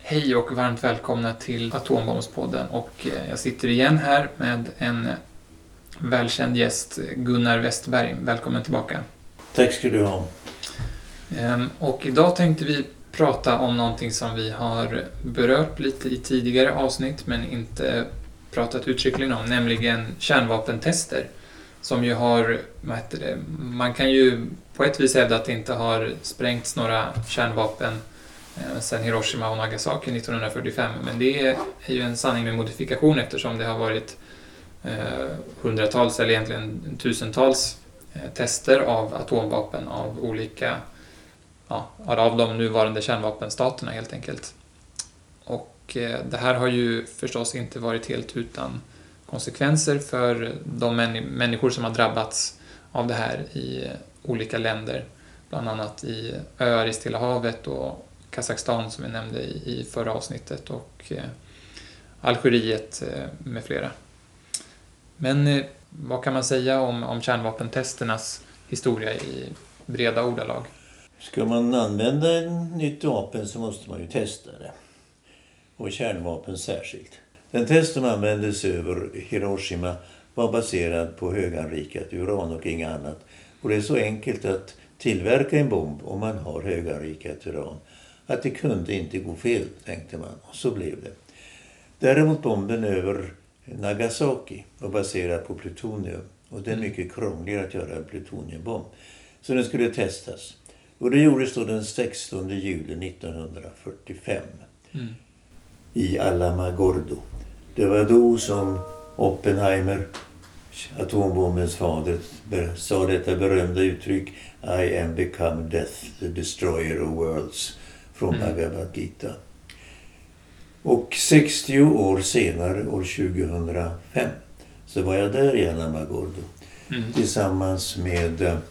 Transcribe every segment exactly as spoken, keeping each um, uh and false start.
Hej och varmt välkomna till Atombombspodden, och jag sitter igen här med en välkänd gäst, Gunnar Westberg. Välkommen tillbaka. Tack ska du ha. Och idag tänkte vi prata om någonting som vi har berört lite i tidigare avsnitt men inte pratat uttryckligen om, nämligen kärnvapentester. Som ju har, vad heter det, man kan ju på ett vis hävda att det inte har sprängts några kärnvapen sedan Hiroshima och Nagasaki nittonhundrafyrtiofem, men det är ju en sanning med modifikation eftersom det har varit eh, hundratals eller egentligen tusentals eh, tester av atomvapen av olika, ja, av de nuvarande kärnvapenstaterna helt enkelt. Och eh, det här har ju förstås inte varit helt utan konsekvenser för de män- människor som har drabbats av det här i olika länder, bland annat i öar i Stilla havet och Kazakstan som vi nämnde i förra avsnittet, och eh, Algeriet eh, med flera. Men eh, vad kan man säga om, om kärnvapentesternas historia i breda ordalag? Ska man använda ett nytt vapen så måste man ju testa det. Och kärnvapen särskilt. Den test som användes över Hiroshima var baserad på höganrikat uran och inget annat. Och det är så enkelt att tillverka en bomb om man har höganrikat uran att det kunde inte gå fel, tänkte man. Och så blev det. Däremot bomben över Nagasaki var baserad på plutonium. Och det är mycket krångligare att göra en plutoniumbomb. Så den skulle testas. Och det gjordes då den sextonde juli nittonhundrafyrtiofem. Mm. I Alamogordo. Det var då som Oppenheimer, atombombens fader, sa detta berömda uttryck: I am become death, the destroyer of worlds, från mm. Bhagavad Gita. Och sextio år senare, år tjugohundrafem, så var jag där i Alamogordo mm. tillsammans med uh,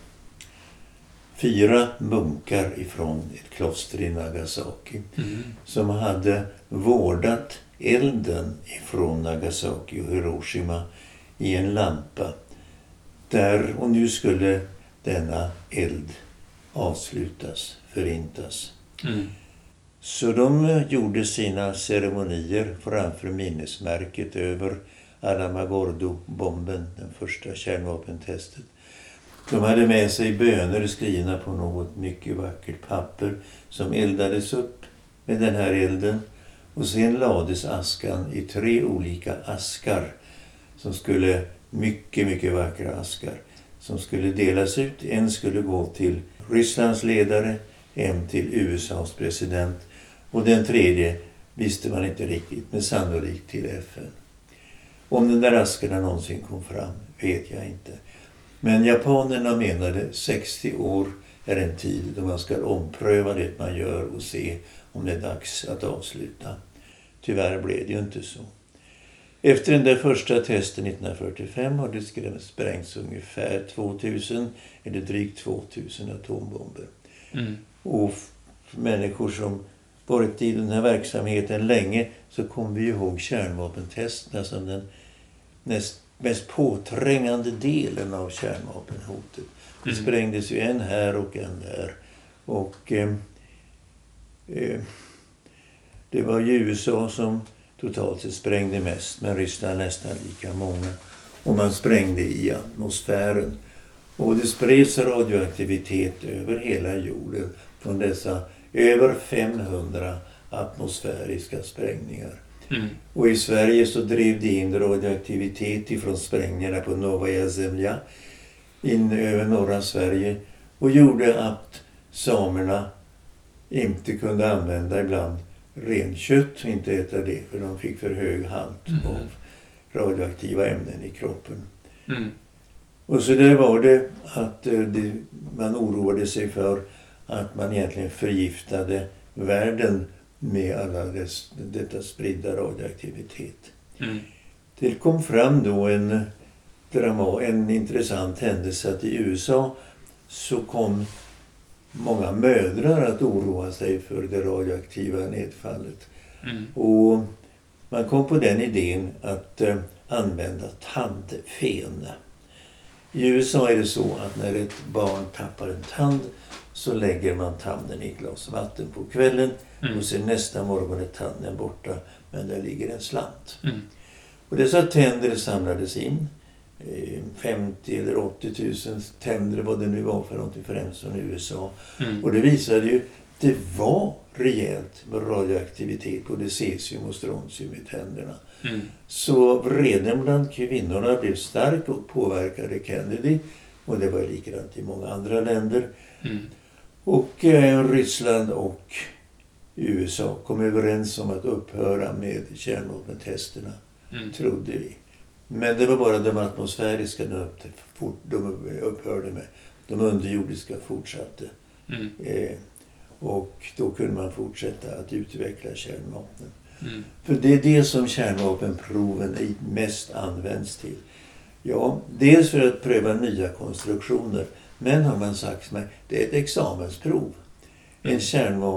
fyra munkar ifrån ett kloster i Nagasaki mm. som hade vårdat elden ifrån Nagasaki och Hiroshima i en lampa där, och nu skulle denna eld avslutas, förintas. Mm. Så de gjorde sina ceremonier framför minnesmärket över Alamogordo-bomben, den första kärnvapentestet. De hade med sig böner skrivna på något mycket vackert papper som eldades upp med den här elden. Och sen lades askan i tre olika askar som skulle, mycket, mycket vackra askar, som skulle delas ut. En skulle gå till Rysslands ledare, en till U S A:s president och den tredje visste man inte riktigt, men sannolikt till F N. Om den där askarna någonsin kom fram vet jag inte. Men japanerna menade sextio år är en tid då man ska ompröva det man gör och se om det är dags att avsluta. Tyvärr blev det ju inte så. Efter den där första testen nittonhundrafyrtiofem har det sprängts ungefär tvåtusen eller drygt tvåtusen atombomber. Mm. Och för människor som varit i den här verksamheten länge så kommer vi ihåg kärnvapentesterna som den näst mest påträngande delen av kärnvapenhotet. Det mm. sprängdes ju en här och en där. Och eh, eh, det var ju U S A som totalt sett sprängde mest, men Ryssland nästan lika många. Och man sprängde i atmosfären. Och det spreds radioaktivitet över hela jorden från dessa över femhundra atmosfäriska sprängningar. Mm. Och i Sverige så drev det in radioaktivitet ifrån sprängningarna på Novaja Zemlja in över norra Sverige och gjorde att samerna inte kunde använda ibland renkött och inte äta det för de fick för hög halt mm. av radioaktiva ämnen i kroppen. Mm. Och så där var det att det, man oroade sig för att man egentligen förgiftade världen med alla dess, detta spridda radioaktivitet. Mm. Det kom fram då en, drama, en intressant händelse att i U S A så kom många mödrar att oroa sig för det radioaktiva nedfallet. Mm. Och man kom på den idén att eh, använda tandfen. I U S A är det så att när ett barn tappar en tand så lägger man tanden i ett glas vatten på kvällen. Mm. Och sen nästa morgon är tanden borta, men där ligger en slant. Mm. Och dessa tänder samlades in. femtio eller åttio tusen tänder, vad det nu var för någonting, främst från U S A. Mm. Och det visade ju att det var rejält med radioaktivitet, både cesium och strontium i tänderna. Mm. Så vreden bland kvinnorna blev stark och påverkade Kennedy. Och det var likadant i många andra länder. Mm. Och eh, Ryssland och U S A kom överens om att upphöra med kärnvapentesterna, mm. trodde vi. Men det var bara de atmosfäriska de upphörde med. De underjordiska fortsatte. Mm. Eh, och då kunde man fortsätta att utveckla kärnvapen. Mm. För det är det som kärnvapenproven mest används till. Ja, dels för att pröva nya konstruktioner. Men har man sagt mig, det är ett examensprov. Mm. En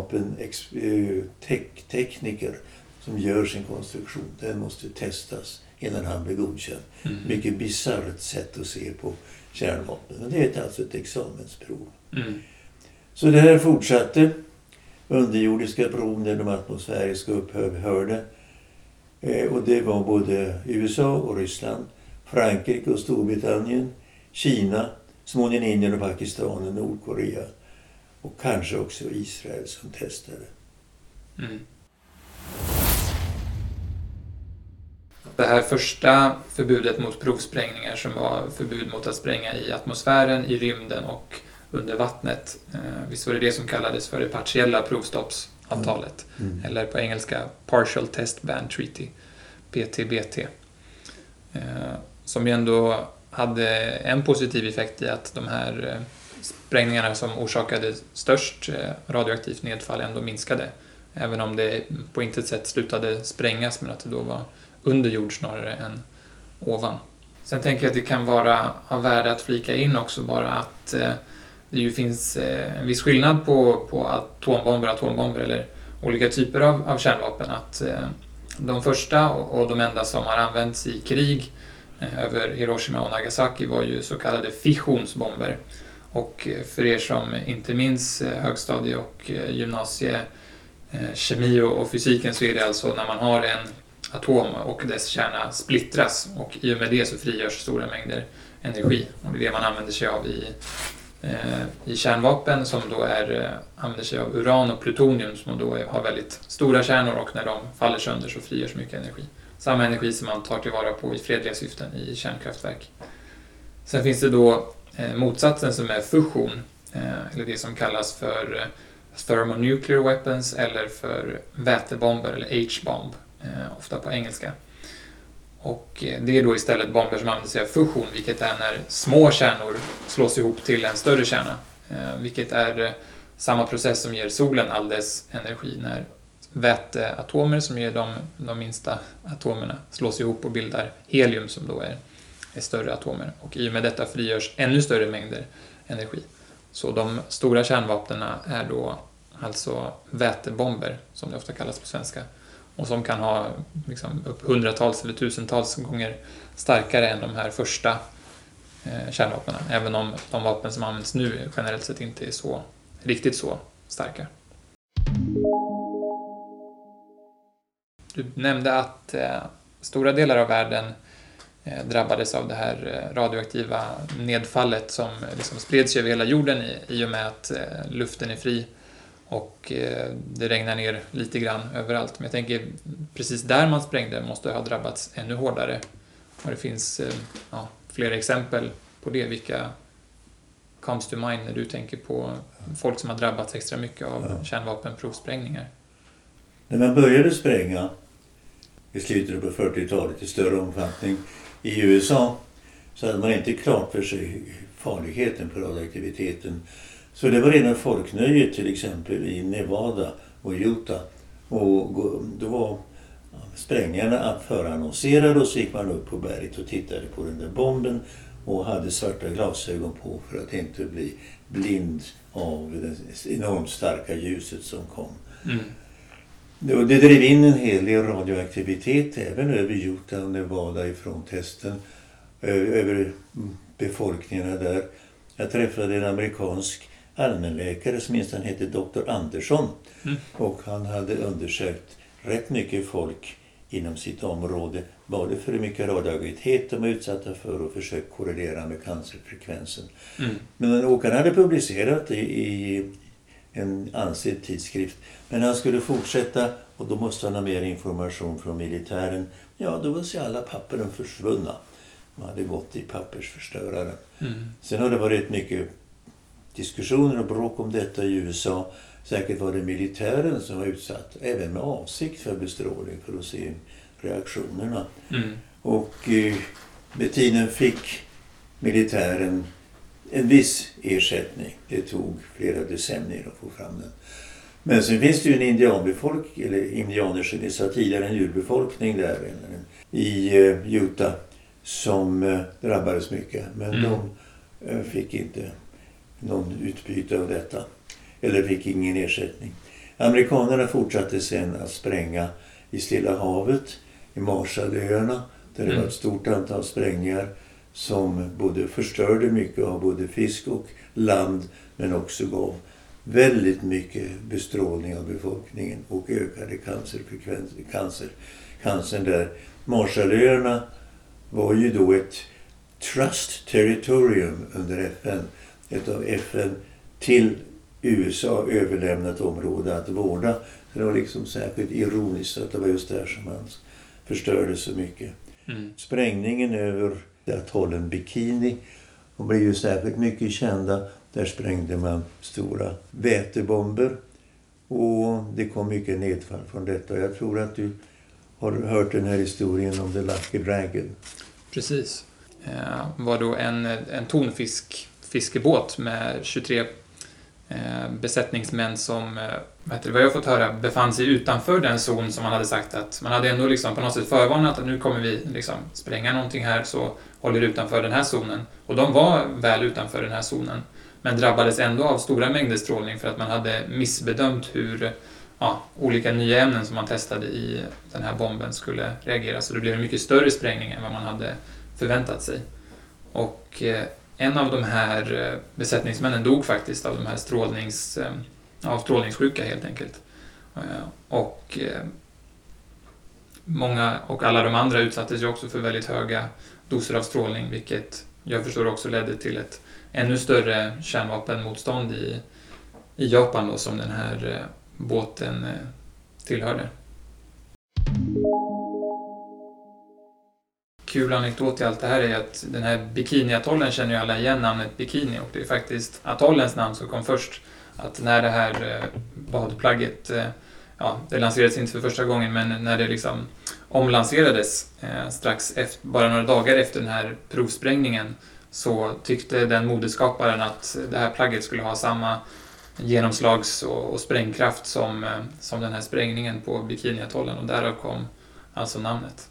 kärnvapentekniker som gör sin konstruktion, den måste testas innan han blir godkänd. Mm. Mycket bisarrt sätt att se på kärnvapen. Men det är alltså ett examensprov. Mm. Så det här fortsatte. Underjordiska prov när de atmosfäriska upphörde. Eh, och det var både U S A och Ryssland, Frankrike och Storbritannien, Kina, småningom Indien och Pakistan och Nordkorea. Och kanske också Israel som testade. Mm. Det här första förbudet mot provsprängningar, som var förbud mot att spränga i atmosfären, i rymden och under vattnet. Visst var det det som kallades för det partiella provstoppsavtalet. Mm. Mm. Eller på engelska Partial Test Ban Treaty, P T B T. Som ju ändå hade en positiv effekt i att de här sprängningarna som orsakade störst radioaktivt nedfall ändå minskade. Även om det på intet sätt slutade sprängas, men att det då var under jord snarare än ovan. Sen tänker jag att det kan vara av värde att flika in också bara att eh, det ju finns eh, en viss skillnad på, på atombomber, atombomber eller olika typer av, av kärnvapen. Att eh, de första och, och de enda som har använts i krig eh, över Hiroshima och Nagasaki var ju så kallade fissionsbomber. Och eh, för er som inte minns eh, högstadie- och eh, gymnasie eh, kemi och, och fysiken, så är det alltså när man har en atom och dess kärna splittras, och i och med det så frigörs stora mängder energi. Och det är det man använder sig av i, eh, i kärnvapen, som då är, eh, använder sig av uran och plutonium, som då är, har väldigt stora kärnor, och när de faller sönder så frigörs mycket energi. Samma energi som man tar tillvara på i fredliga syften i kärnkraftverk. Sen finns det då eh, motsatsen som är fusion, eh, eller det som kallas för eh, thermonuclear weapons eller för vätebomber eller H-bomb. Eh, ofta på engelska. Och eh, det är då istället bomber som använder sig av fusion, vilket är när små kärnor slås ihop till en större kärna. Eh, vilket är eh, samma process som ger solen all dess energi, när väteatomer, som ger de, de minsta atomerna, slås ihop och bildar helium, som då är, är större atomer. Och i och med detta frigörs ännu större mängder energi. Så de stora kärnvapnena är då alltså vätebomber, som det ofta kallas på svenska. Och som kan ha liksom upp hundratals eller tusentals gånger starkare än de här första eh, kärnvapnen. Även om de vapen som används nu generellt sett inte är så, riktigt så starka. Du nämnde att eh, stora delar av världen eh, drabbades av det här eh, radioaktiva nedfallet som liksom spreds över hela jorden i, i och med att eh, luften är fri. Och eh, det regnar ner lite grann överallt. Men jag tänker, precis där man sprängde måste ha drabbats ännu hårdare. Och det finns eh, ja, flera exempel på det. Vilka comes to mind när du tänker på folk som har drabbats extra mycket av ja. kärnvapenprovsprängningar? När man började spränga i slutet på fyrtiotalet i större omfattning i U S A, så hade man inte klart för sig farligheten på radioaktiviteten. Så det var redan folknöje till exempel i Nevada och Utah. Och då var sprängarna förannonserade, och så gick man upp på berget och tittade på den där bomben och hade svarta glasögon på för att inte bli blind av det enormt starka ljuset som kom. Mm. Och det drev in en hel del radioaktivitet även över Utah och Nevada ifrån testen, över befolkningarna där. Jag träffade en amerikansk allmänläkare som minst han hette doktor Andersson. Mm. Och han hade undersökt rätt mycket folk inom sitt område. Både för hur mycket radioaktivitet de var utsatta för och försökt korrelera med cancerfrekvensen. Mm. Men åkaren hade publicerat i, i en ansedd tidskrift. Men han skulle fortsätta och då måste han ha mer information från militären. Ja, då var sig alla papperen försvunna. De hade gått i pappersförstöraren. Mm. Sen har det varit mycket diskussioner och bråk om detta i U S A. Säkert var det militären som var utsatt, även med avsikt för bestrålning för att se reaktionerna. Mm. Och eh, med tiden fick militären en viss ersättning. Det tog flera decennier att få fram den. Men sen finns det ju en indianbefolk, eller indianer som vi sa tidigare, en djurbefolkning där i eh, Utah som eh, drabbades mycket. Men Mm. de eh, fick inte någon utbyte av detta. Eller fick ingen ersättning. Amerikanerna fortsatte sen att spränga i Stilla havet, i Marshallöarna, där det Mm. var ett stort antal sprängningar som både förstörde mycket av både fisk och land, men också gav väldigt mycket bestrålning av befolkningen och ökade cancerfrekvens, cancer, cancern där. Marshallöarna var ju då ett trust territorium under F N, ett av F N till U S A överlämnat område att vårda. Så det var liksom särskilt ironiskt att det var just där som man förstörde så mycket. Mm. Sprängningen över atollen Bikini och blev ju särskilt mycket kända. Där sprängde man stora vätebomber och det kom mycket nedfall från detta. Jag tror att du har hört den här historien om The Lucky Dragon. Precis. Eh, var då en, en tonfisk fiskebåt med tjugotre eh, besättningsmän som, eh, vad heter det, vad jag har fått höra, befann sig utanför den zon som man hade sagt att man hade ändå liksom på något sätt förvarnat att nu kommer vi liksom spränga någonting här, så håller utanför den här zonen. Och de var väl utanför den här zonen, men drabbades ändå av stora mängder strålning för att man hade missbedömt hur ja, olika nya ämnen som man testade i den här bomben skulle reagera. Så det blev en mycket större sprängning än vad man hade förväntat sig. Och eh, en av de här besättningsmännen dog faktiskt av de här strålnings, av strålningssjuka helt enkelt. Och många och alla de andra utsattes ju också för väldigt höga doser av strålning, vilket jag förstår också ledde till ett ännu större kärnvapenmotstånd i, i Japan då, som den här båten tillhörde. Kul anekdot i allt det här är att den här Bikini-atollen känner ju alla igen namnet Bikini, och det är faktiskt atollens namn som kom först. Att när det här badplagget, ja, det lanserades inte för första gången, men när det liksom omlanserades eh, strax efter, bara några dagar efter den här provsprängningen, så tyckte den modeskaparen att det här plagget skulle ha samma genomslags- och, och sprängkraft som, eh, som den här sprängningen på Bikini-atollen, och därav kom alltså namnet.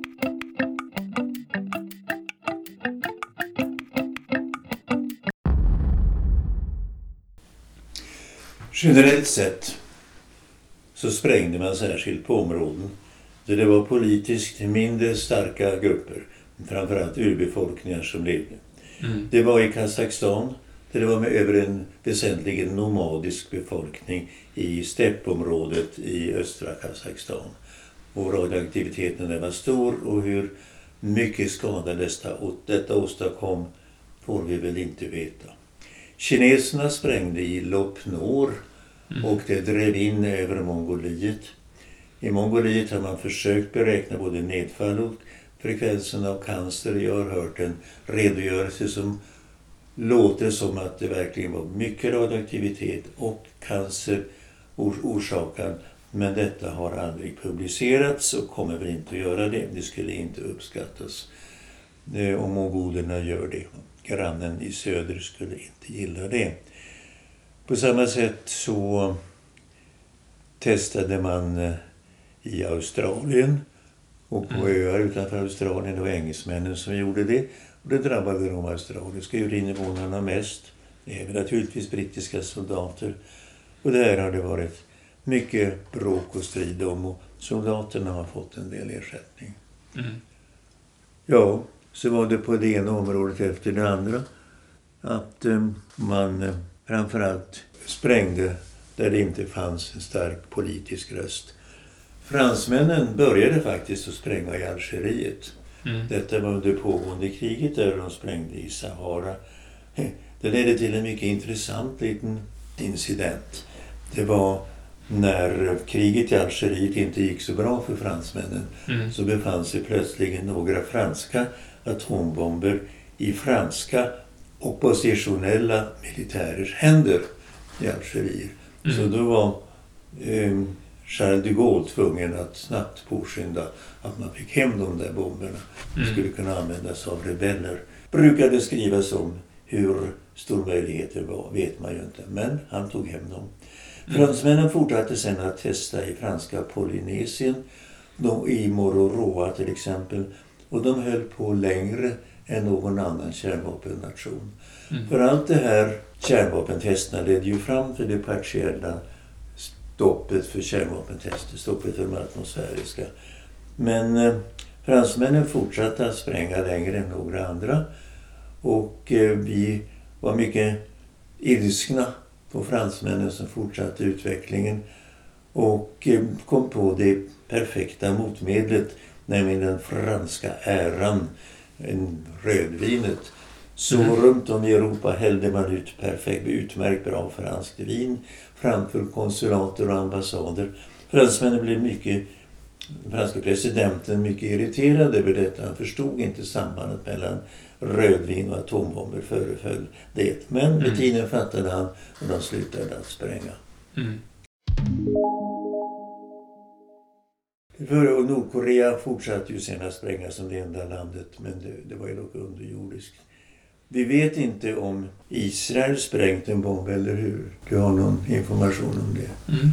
Generellt sett så sprängde man särskilt på områden där det var politiskt mindre starka grupper, framförallt urbefolkningar som levde. Mm. Det var i Kazakstan, där det var med över en väsentligen nomadisk befolkning i steppområdet i östra Kazakstan. Och radioaktiviteten där var stor, och hur mycket skada detta, detta åstadkom får vi väl inte veta. Kineserna sprängde i Lop Nor mm. och det drev in över Mongoliet. I Mongoliet har man försökt beräkna både nedfall och frekvensen av cancer. Jag har hört en redogörelse som låter som att det verkligen var mycket radioaktivitet och cancer orsakad. Men detta har aldrig publicerats och kommer väl inte att göra det. Det skulle inte uppskattas om mongolerna gör det. Grannen i söder skulle inte gilla det. På samma sätt så testade man i Australien och på öar utanför Australien. Det var engelsmännen som gjorde det. Och det drabbade de australiska urinvånarna mest. Även naturligtvis brittiska soldater. Och där har det varit mycket bråk och strid om, och soldaterna har fått en del ersättning. Mm. Ja, så var det på det ena området efter det andra att eh, man eh, framförallt sprängde där det inte fanns en stark politisk röst. Fransmännen började faktiskt att spränga i Algeriet. Mm. Detta var under pågående kriget där de sprängde i Sahara. Det ledde till en mycket intressant liten incident. Det var när kriget i Algeriet inte gick så bra för fransmännen, mm. så befann sig plötsligt några franska atombomber i franska oppositionella militärers händer i Algeriet. Mm. Så då var eh, Charles de Gaulle tvungen att snabbt påskynda att man fick hem de där bomberna. De mm. skulle kunna användas av rebeller. Brukade skrivas om hur stor möjligheter var, vet man ju inte. Men han tog hem dem. Mm. Fransmännen fortsatte sedan att testa i franska Polynesien, de, i Mororoa till exempel. Och de höll på längre än någon annan kärnvapennation. Mm. För allt det här kärnvapentesterna ledde ju fram till det partiella stoppet för kärnvapentester, stoppet för de atmosfäriska. Men eh, fransmännen fortsatte att spränga längre än några andra. Och eh, vi var mycket ilskna på fransmännen som fortsatte utvecklingen. Och eh, kom på det perfekta motmedlet, nämligen den franska äran, en rödvinet. Så mm. runt om i Europa hällde man ut perfekt, utmärkt bra franskt vin framför konsulater och ambassader. Fransmännen blev mycket, franska presidenten mycket irriterad över detta. Han förstod inte sambandet mellan rödvin och atombomber föreföll det. Men med mm. tiden fattade han och de slutade att spränga. Mm. För och Nordkorea fortsatte ju sen att spränga som det enda landet, men det, det var ju dock underjordiskt. Vi vet inte om Israel sprängt en bomb eller hur. Du har någon information om det? Mm.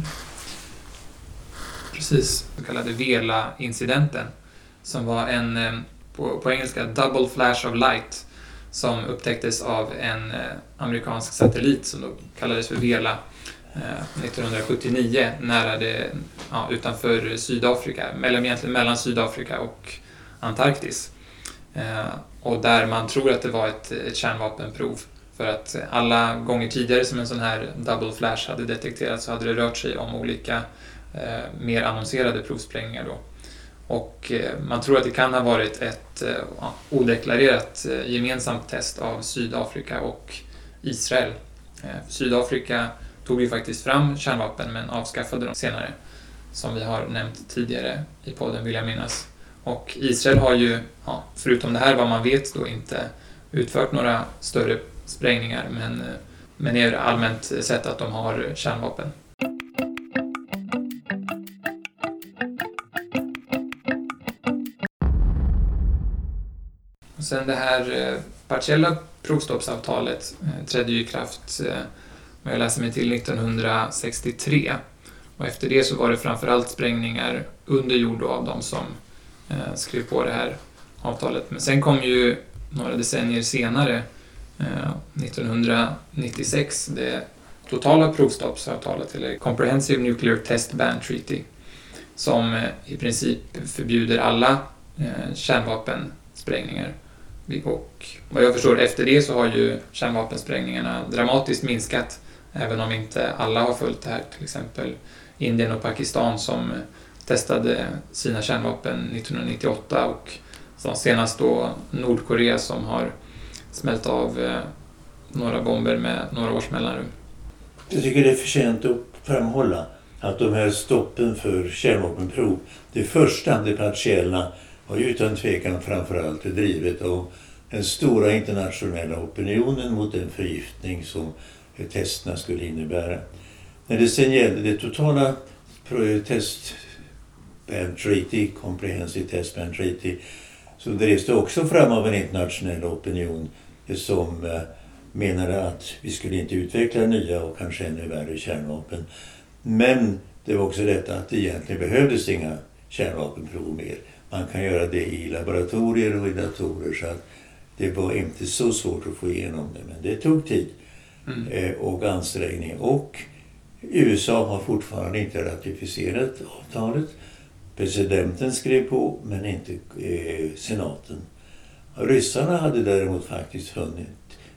Precis, så kallade Vela-incidenten som var en, på, på engelska, double flash of light som upptäcktes av en amerikansk satellit som då kallades för Vela nittonhundrasjuttionio nära det, ja, utanför Sydafrika, mellan, egentligen mellan Sydafrika och Antarktis. Eh, och där man tror att det var ett, ett kärnvapenprov, för att alla gånger tidigare som en sån här double flash hade detekterats så hade det rört sig om olika eh, mer annonserade provsprängningar då. Och eh, man tror att det kan ha varit ett eh, odeklarerat eh, gemensamt test av Sydafrika och Israel. Eh, Sydafrika tog ju faktiskt fram kärnvapen men avskaffade dem senare, som vi har nämnt tidigare i podden vill jag minnas. Och Israel har ju, ja, förutom det här vad man vet då, inte utfört några större sprängningar, men, men är allmänt sett att de har kärnvapen. Och sen det här partiella provstoppsavtalet trädde ju i kraft, vad jag läser mig till, nittonhundrasextiotre. Och efter det så var det framförallt sprängningar under jord av de som eh, skrev på det här avtalet. Men sen kom ju några decennier senare, eh, nittonhundranittiosex, det totala provstoppsavtalet, eller Comprehensive Nuclear Test Ban Treaty, som eh, i princip förbjuder alla eh, kärnvapensprängningar. Och vad jag förstår efter det så har ju kärnvapensprängningarna dramatiskt minskat, även om inte alla har följt det här. Till exempel Indien och Pakistan som testade sina kärnvapen nittonhundranittioåtta, och senast då Nordkorea som har smält av några bomber med några års mellanrum. Jag tycker det är förtjänt att framhålla att de här stoppen för kärnvapenprov, det första, det partiella, har ju utan tvekan framförallt drivet av den stora internationella opinionen mot den förgiftning som testerna skulle innebära. När det sen gällde det totala test ban treaty, Comprehensive Test Ban Treaty, så drevs det också fram av en internationell opinion som menade att vi skulle inte utveckla nya och kanske ännu värre kärnvapen. Men det var också detta att det egentligen behövdes inga kärnvapenprov mer. Man kan göra det i laboratorier och i datorer, så att det var inte så svårt att få igenom det. Men det tog tid mm. eh, och ansträngning. Och U S A har fortfarande inte ratificerat avtalet. Presidenten skrev på, men inte eh, senaten. Ryssarna hade däremot faktiskt hunnit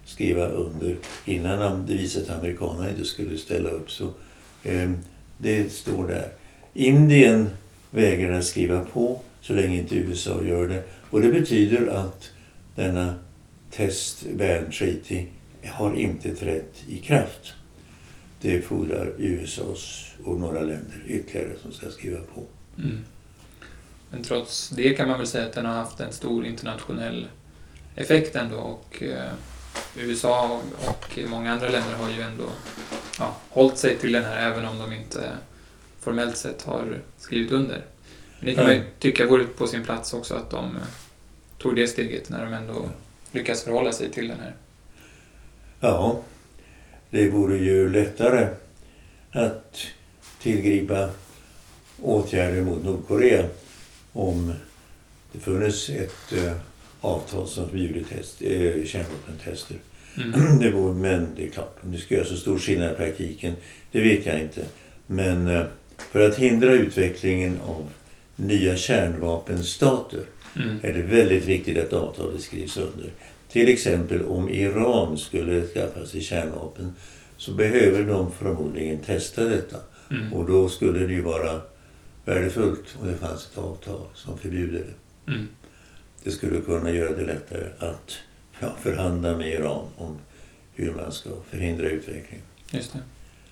skriva under innan det visade att amerikanerna inte skulle ställa upp. Så eh, det står där. Indien vägrar att skriva på så länge inte U S A gör det. Och det betyder att denna Test Ban Treaty har inte trätt i kraft. Det fordrar U S A:s och några länder ytterligare som ska skriva på. Mm. Men trots det kan man väl säga att den har haft en stor internationell effekt ändå, och eh, U S A och många andra länder har ju ändå ja, hållit sig till den här även om de inte formellt sett har skrivit under. Men det kan man ju tycka vore på sin plats också att de tog det steget när de ändå lyckas förhålla sig till den här. Ja, det vore ju lättare att tillgripa åtgärder mot Nordkorea om det funnits ett äh, avtal som förbjuder test, äh, kärnvapentester. Mm. Det vore, men det är klart, om det ska göra så stor skillnad i praktiken, det vet jag inte. Men äh, för att hindra utvecklingen av nya kärnvapenstater mm. är det väldigt viktigt att avtalet skrivs under. Till exempel om Iran skulle skaffa sig kärnvapen så behöver de förmodligen testa detta. Mm. Och då skulle det ju vara värdefullt om det fanns ett avtal som förbjuder det. Mm. Det skulle kunna göra det lättare att ja, förhandla med Iran om hur man ska förhindra utvecklingen. Just det.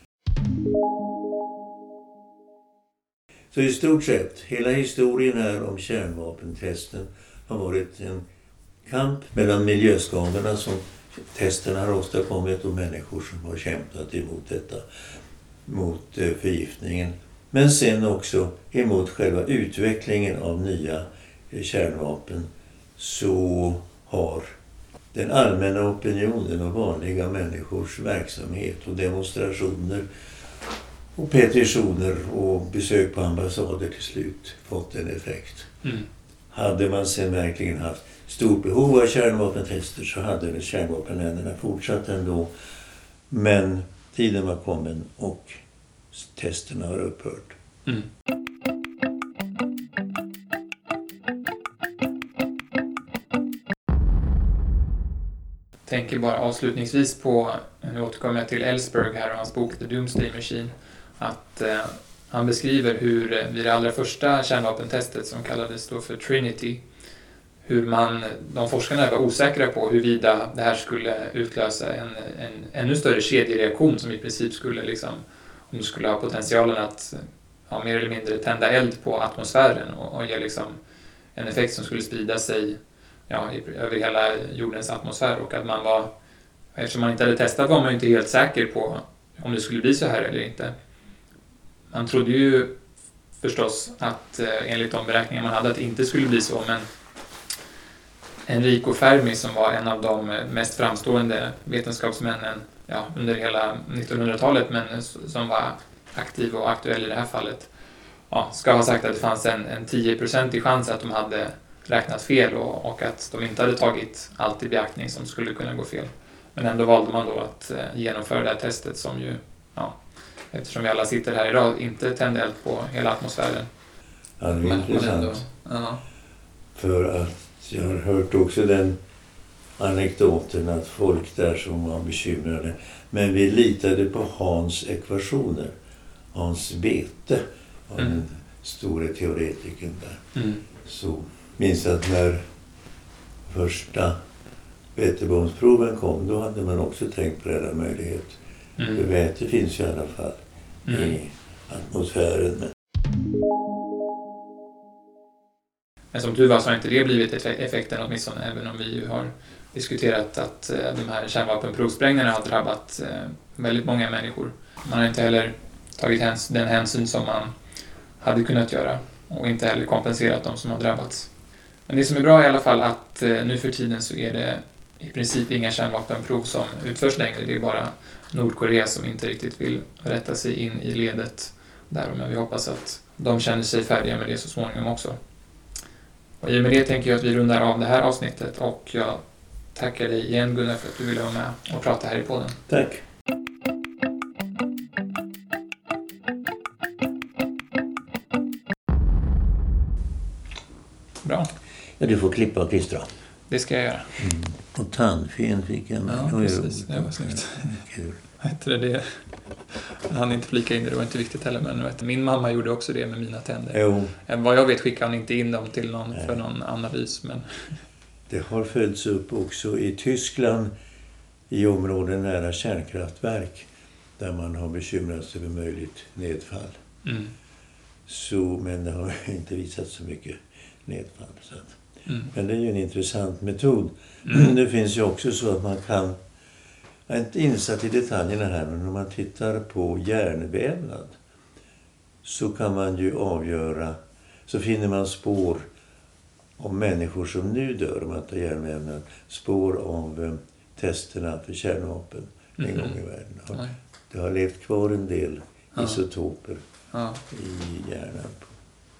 Så i stort sett, hela historien här om kärnvapentesten har varit en kamp mellan miljöskadorna som testerna har åstadkommit och människor som har kämpat emot detta, mot förgiftningen. Men sen också emot själva utvecklingen av nya kärnvapen så har den allmänna opinionen och vanliga människors verksamhet och demonstrationer och petitioner och besök på ambassader till slut fått en effekt. Mm. Hade man sen verkligen haft stort behov av kärnvapentester så hade väl kärnvapenländerna fortsatt ändå. Men tiden var kommen och testerna har upphört. Mm. Tänker bara avslutningsvis på, nu återkommer jag till Ellsberg här och hans bok The Doomsday Machine, att eh, han beskriver hur eh, vid det allra första kärnvapentestet som kallades då för Trinity, hur man, de forskarna var osäkra på huruvida det här skulle utlösa en, en ännu större kedjereaktion som i princip skulle liksom, om det skulle ha potentialen att ja, mer eller mindre tända eld på atmosfären och, och ge liksom en effekt som skulle sprida sig ja, över hela jordens atmosfär, och att man var, eftersom man inte hade testat var man inte helt säker på om det skulle bli så här eller inte. Man trodde ju förstås att eh, enligt de beräkningar man hade att det inte skulle bli så, men Enrico Fermi som var en av de mest framstående vetenskapsmännen ja, under hela nittonhundratalet, men som var aktiv och aktuell i det här fallet, ja, ska ha sagt att det fanns en, en tio procent i chans att de hade räknat fel och, och att de inte hade tagit allt i beaktning som skulle kunna gå fel. Men ändå valde man då att eh, genomföra det här testet som ju, ja, eftersom vi alla sitter här idag, inte tände eld på hela atmosfären. Ja, det är men, intressant. Ändå, ja. För att jag har hört också den anekdoten att folk där som var bekymrade, men vi litade på Hans ekvationer. Hans Bethe var mm. den stora teoretikern där. Mm. Så minns att när första vätebombsproven kom, då hade man också tänkt på denna möjlighet. Mm. För väte finns ju i alla fall mm. i atmosfären. Men... men som tur var så har inte det blivit effekten åtminstone, även om vi ju har diskuterat att de här kärnvapenprovsprängningarna har drabbat väldigt många människor. Man har inte heller tagit häns- den hänsyn som man hade kunnat göra och inte heller kompenserat de som har drabbats. Men det som är bra i alla fall att nu för tiden så är det i princip inga kärnvapenprov som utförs längre. Det är bara Nordkorea som inte riktigt vill rätta sig in i ledet där, men vi hoppas att de känner sig färdiga med det så småningom också. Och i och med det tänker jag att vi rundar av det här avsnittet, och jag tackar dig igen Gunnar för att du ville vara med och prata här i podden. Tack. Bra. Ja, du får klippa och klistra. Det ska jag göra. Mm. Och tandfen fick jag med. Ja, precis. Det var snyggt. Kul. Hette det det? Jag hann inte flika in det, det var inte viktigt heller. Men vet, min mamma gjorde också det med mina tänder. Jo. Vad jag vet skickade hon inte in dem till någon för någon analys. Men... Det har följts upp också i Tyskland i områden nära kärnkraftverk där man har bekymrat sig över möjligt nedfall. Mm. Så, men det har inte visat så mycket nedfall. Så att. Mm. Men det är ju en intressant metod. Mm. Det finns ju också så att man kan, jag är inte insatt i detaljerna här, men om man tittar på hjärnvävnad så kan man ju avgöra, så finner man spår av människor som nu dör om att ha hjärnvävnad, spår av eh, testerna för kärnvapen en mm. gång i världen. Och det har levt kvar en del ja. isotoper ja. i hjärnan på